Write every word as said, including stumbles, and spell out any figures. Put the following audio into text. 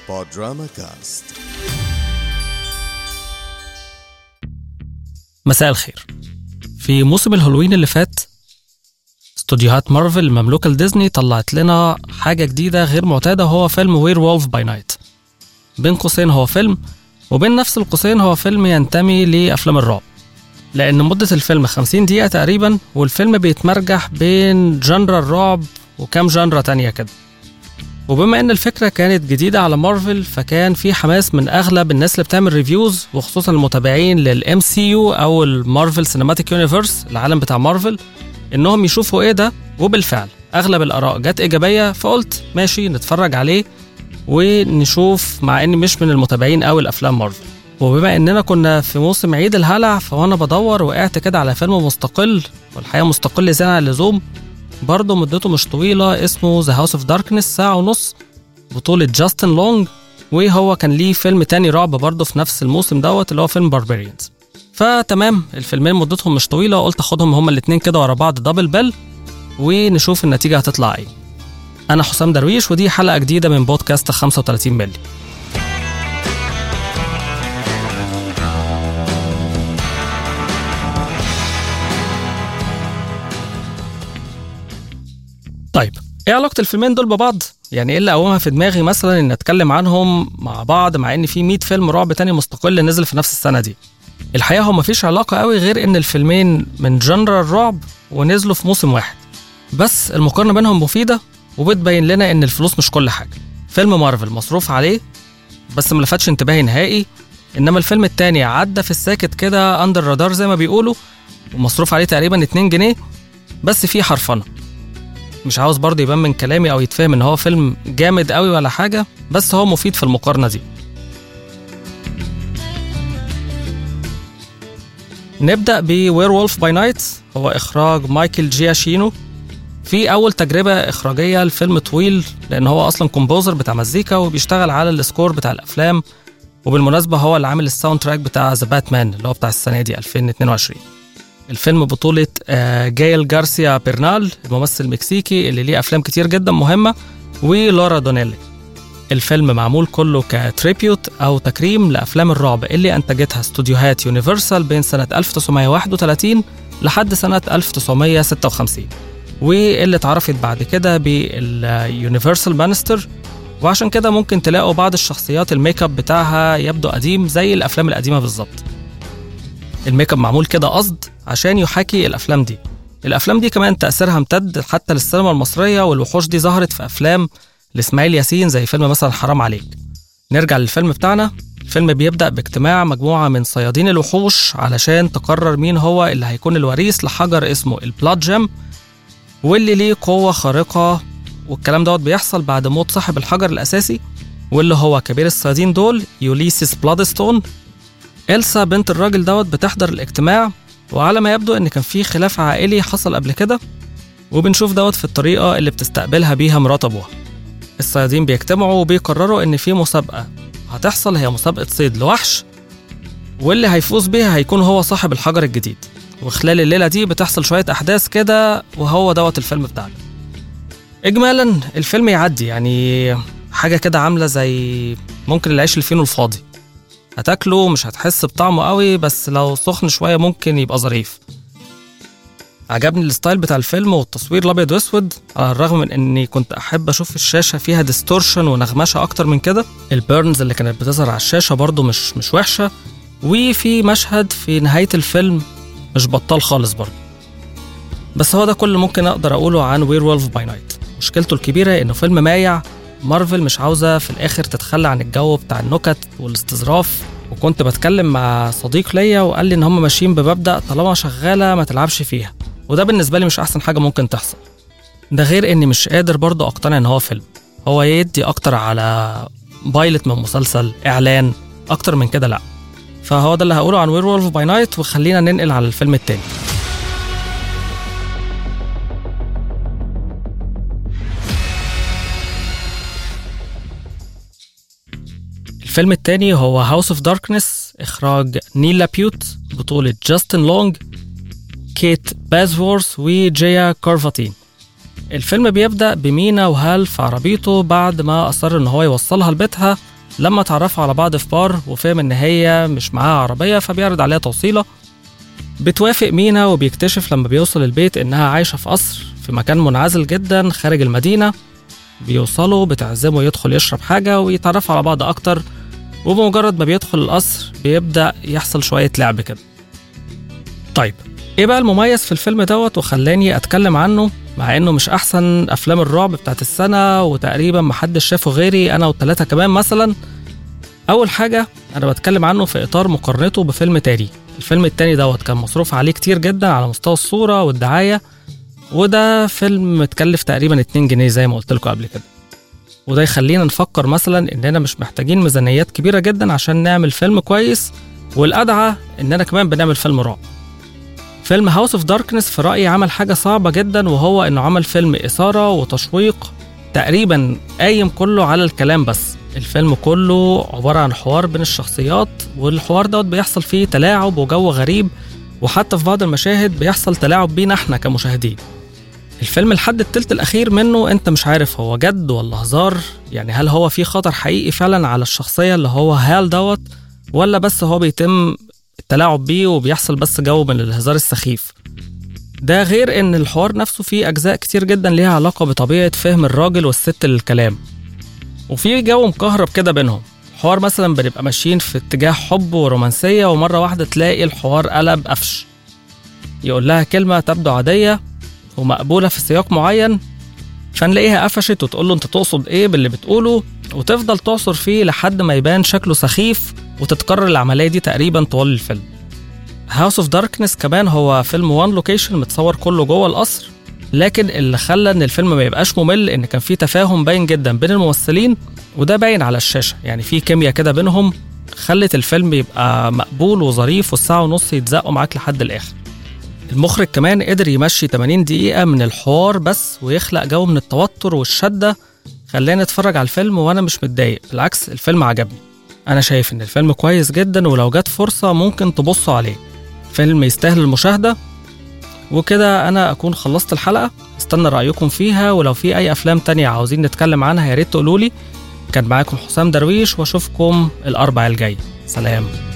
بودراما كاست. مساء الخير. في موسم الهالوين اللي فات استوديوهات مارفل المملوكة لديزني طلعت لنا حاجة جديدة غير معتادة، هو فيلم وير وولف باي نايت. بين قوسين هو فيلم، وبين نفس القوسين هو فيلم ينتمي لأفلام الرعب، لأن مدة الفيلم خمسين دقيقة تقريبا، والفيلم بيتمرجح بين جنرا الرعب وكام جنرا تانية كده. وبما ان الفكرة كانت جديدة على مارفل، فكان في حماس من اغلب الناس اللي بتعمل ريفيوز، وخصوصا المتابعين للام سي يو او المارفل سينماتيك يونيفرس، العالم بتاع مارفل، انهم يشوفوا ايه ده. وبالفعل اغلب الاراء جت ايجابية، فقلت ماشي نتفرج عليه ونشوف، مع اني مش من المتابعين قوي الافلام مارفل. وبما اننا كنا في موسم عيد الهلع، فوانا بدور وقعت كده على فيلم مستقل، والحقيقة مستقل زيادة عن اللزوم، برضه مدته مش طويلة، اسمه The House of Darkness، ساعة ونص، بطولة جاستن لونج. وهو كان ليه فيلم تاني رعب برضه في نفس الموسم دوت، اللي هو فيلم باربيريانز. فتمام، الفيلمين مدتهم مش طويلة، وقلت اخدهم هما الاتنين كده ورا بعض دبل بيل، ونشوف النتيجة هتطلع ايه. انا حسام درويش، ودي حلقة جديدة من بودكاست خمسة وثلاثين ملي. طيب، ايه علاقة الفيلمين دول ببعض؟ يعني ايه اللي قومها في دماغي مثلا ان اتكلم عنهم مع بعض، مع ان في مية فيلم رعب تاني مستقل نزل في نفس السنة دي؟ الحقيقة هو مفيش علاقة قوي، غير ان الفيلمين من جنرا الرعب ونزلوا في موسم واحد، بس المقارنة بينهم مفيدة وبتبين لنا ان الفلوس مش كل حاجة. فيلم مارفل مصروف عليه بس ملفتش انتباهي نهائي، انما الفيلم التاني عدى في الساكت كده اندر رادار زي ما بيقولوا، ومصروف عليه تقريبا اتنين جنيه بس فيه حرفنة. مش عاوز برضه يبان من كلامي او يتفهم ان هو فيلم جامد قوي ولا حاجة، بس هو مفيد في المقارنة دي. نبدأ بوير وولف باي نايت. هو اخراج مايكل جياشينو. في اول تجربة اخراجية لفيلم طويل، لان هو اصلا كومبوزر بتاع مزيكا وبيشتغل على السكور بتاع الافلام، وبالمناسبة هو اللي عامل الساوند تراك بتاع ذا باتمان اللي هو بتاع السنة دي ألفين واثنين وعشرين. الفيلم بطولة جايل غارسيا برنال، الممثل المكسيكي اللي ليه أفلام كتير جدا مهمة، ولورا دونيلي. الفيلم معمول كله كتريبيوت أو تكريم لأفلام الرعب اللي أنتجتها استوديوهات يونيفرسال بين سنة ألف وتسعمية وواحد وثلاثين لحد سنة ألف وتسعمية وستة وخمسين، واللي اتعرفت بعد كده باليونيفرسال بانستر. وعشان كده ممكن تلاقوا بعض الشخصيات الميك اب بتاعها يبدو قديم زي الأفلام القديمة بالظبط. الميك اب معمول كده قصد عشان يحاكي الافلام دي. الافلام دي كمان تاثيرها امتد حتى للسينما المصريه، والوحوش دي ظهرت في افلام لاسماعيل ياسين زي فيلم مثلا حرام عليك. نرجع للفيلم بتاعنا. الفيلم بيبدا باجتماع مجموعه من صيادين الوحوش علشان تقرر مين هو اللي هيكون الوريث لحجر اسمه البلاد جيم، واللي ليه قوه خارقه. والكلام دوت بيحصل بعد موت صاحب الحجر الاساسي، واللي هو كبير الصيادين دول يوليسيس بلادستون. إلسا بنت الراجل دوت بتحضر الاجتماع، وعلى ما يبدو ان كان في خلاف عائلي حصل قبل كده، وبنشوف دوت في الطريقة اللي بتستقبلها بيها مرات ابوها. الصيادين بيجتمعوا وبيقرروا ان في مسابقة هتحصل، هي مسابقة صيد لوحش، واللي هيفوز بيها هيكون هو صاحب الحجر الجديد. وخلال الليلة دي بتحصل شوية احداث كده، وهو دوت الفيلم بتاعنا. اجمالا الفيلم يعدي، يعني حاجة كده عاملة زي ممكن العيش الفينو الفاضي، هتاكله مش هتحس بطعمه قوي، بس لو سخن شوية ممكن يبقى ظريف. عجبني الستايل بتاع الفيلم والتصوير الابيض واسود، على الرغم من اني كنت احب اشوف الشاشة فيها ديستورشن ونغمشة اكتر من كده. البيرنز اللي كانت بتظهر على الشاشة برضو مش مش وحشة، وفي مشهد في نهاية الفيلم مش بطال خالص برضو. بس هو ده كل ممكن اقدر اقوله عن وير وولف باي نايت. مشكلته الكبيرة انه فيلم مايع. مارفل مش عاوزة في الآخر تتخلى عن الجو بتاع النكت والاستظراف. وكنت بتكلم مع صديق ليا وقال لي إن هم ماشيين بمبدأ طالما شغالة ما تلعبش فيها، وده بالنسبة لي مش أحسن حاجة ممكن تحصل. ده غير إني مش قادر برضو أقتنع إن هو فيلم، هو يدي أكتر على بايلت من مسلسل، إعلان، أكتر من كده لأ. فهو ده اللي هقوله عن وير وولف باي نايت، وخلينا ننقل على الفيلم التاني. الفيلم التاني هو هاوس اوف داركنس، إخراج نيل لابيوت، بطولة جاستن لونج، كيت بازورث وجيا كارفاتين. الفيلم بيبدأ بمينا وهال في عربيته بعد ما أصر إن هو يوصلها لبيتها لما اتعرفوا على بعض في بار وفهم ان هي مش معاها عربية فبيعرض عليها توصيلة. بتوافق مينا وبيكتشف لما بيوصل البيت انها عايشة في قصر في مكان منعزل جدا خارج المدينة. بيوصلوا بتعزمه يدخل يشرب حاجة ويتعرفوا على بعض اكتر، وبمجرد ما بيدخل القصر بيبدأ يحصل شوية لعب كده. طيب ايه بقى المميز في الفيلم دوت وخلاني اتكلم عنه مع انه مش احسن افلام الرعب بتاعت السنة وتقريبا محدش شافه غيري انا والتلاتة كمان مثلا؟ اول حاجة انا بتكلم عنه في اطار مقارنته بفيلم تاني. الفيلم التاني دوت كان مصروف عليه كتير جدا على مستوى الصورة والدعاية، وده فيلم متكلف تقريبا اتنين جنيه زي ما قلت لكم قبل كده. وده يخلينا نفكر مثلا اننا مش محتاجين ميزانيات كبيرة جدا عشان نعمل فيلم كويس، والأدعى اننا كمان بنعمل فيلم رعب. فيلم هاوس اوف داركنس في رأيي عمل حاجة صعبة جدا، وهو انه عمل فيلم إثارة وتشويق تقريبا قايم كله على الكلام بس. الفيلم كله عبارة عن حوار بين الشخصيات، والحوار دوت بيحصل فيه تلاعب وجو غريب، وحتى في بعض المشاهد بيحصل تلاعب بينا احنا كمشاهدين. الفيلم لحد التلت الأخير منه انت مش عارف هو جد ولا هزار، يعني هل هو فيه خطر حقيقي فعلا على الشخصية اللي هو هال دوت، ولا بس هو بيتم التلاعب بيه وبيحصل بس جو من الهزار السخيف. ده غير ان الحوار نفسه فيه أجزاء كتير جدا ليها علاقة بطبيعة فهم الراجل والست للكلام، وفي جو مكهرب كده بينهم. حوار مثلا بنبقى ماشيين في اتجاه حب ورومانسية، ومرة واحدة تلاقي الحوار قلب قفش، يقول لها كلمة تبدو عادية ومقبولة في سياق معين، فنلاقيها قفشت وتقول له انت تقصد ايه باللي بتقوله، وتفضل تعصر فيه لحد ما يبان شكله سخيف، وتتكرر العملية دي تقريبا طوال الفيلم. هاوس اوف داركنس كمان هو فيلم وان لوكيشن متصور كله جوه القصر، لكن اللي خلى ان الفيلم ما يبقاش ممل ان كان فيه تفاهم باين جدا بين الممثلين، وده باين على الشاشة، يعني في كيمياء كده بينهم خلت الفيلم يبقى مقبول وظريف، والساعة ونص يتزقوا معاك لحد الآخر. المخرج كمان قدر يمشي تمانين دقيقة من الحوار بس ويخلق جو من التوتر والشدة، خلاني اتفرج على الفيلم وانا مش متضايق، بالعكس الفيلم عجبني. انا شايف ان الفيلم كويس جدا، ولو جات فرصة ممكن تبصوا عليه، فيلم يستاهل المشاهدة. وكده انا اكون خلصت الحلقة، استنى رأيكم فيها، ولو في اي افلام تانية عاوزين نتكلم عنها يا ريت تقولولي. كان معاكم حسام درويش، واشوفكم الاربع الجاي. سلام.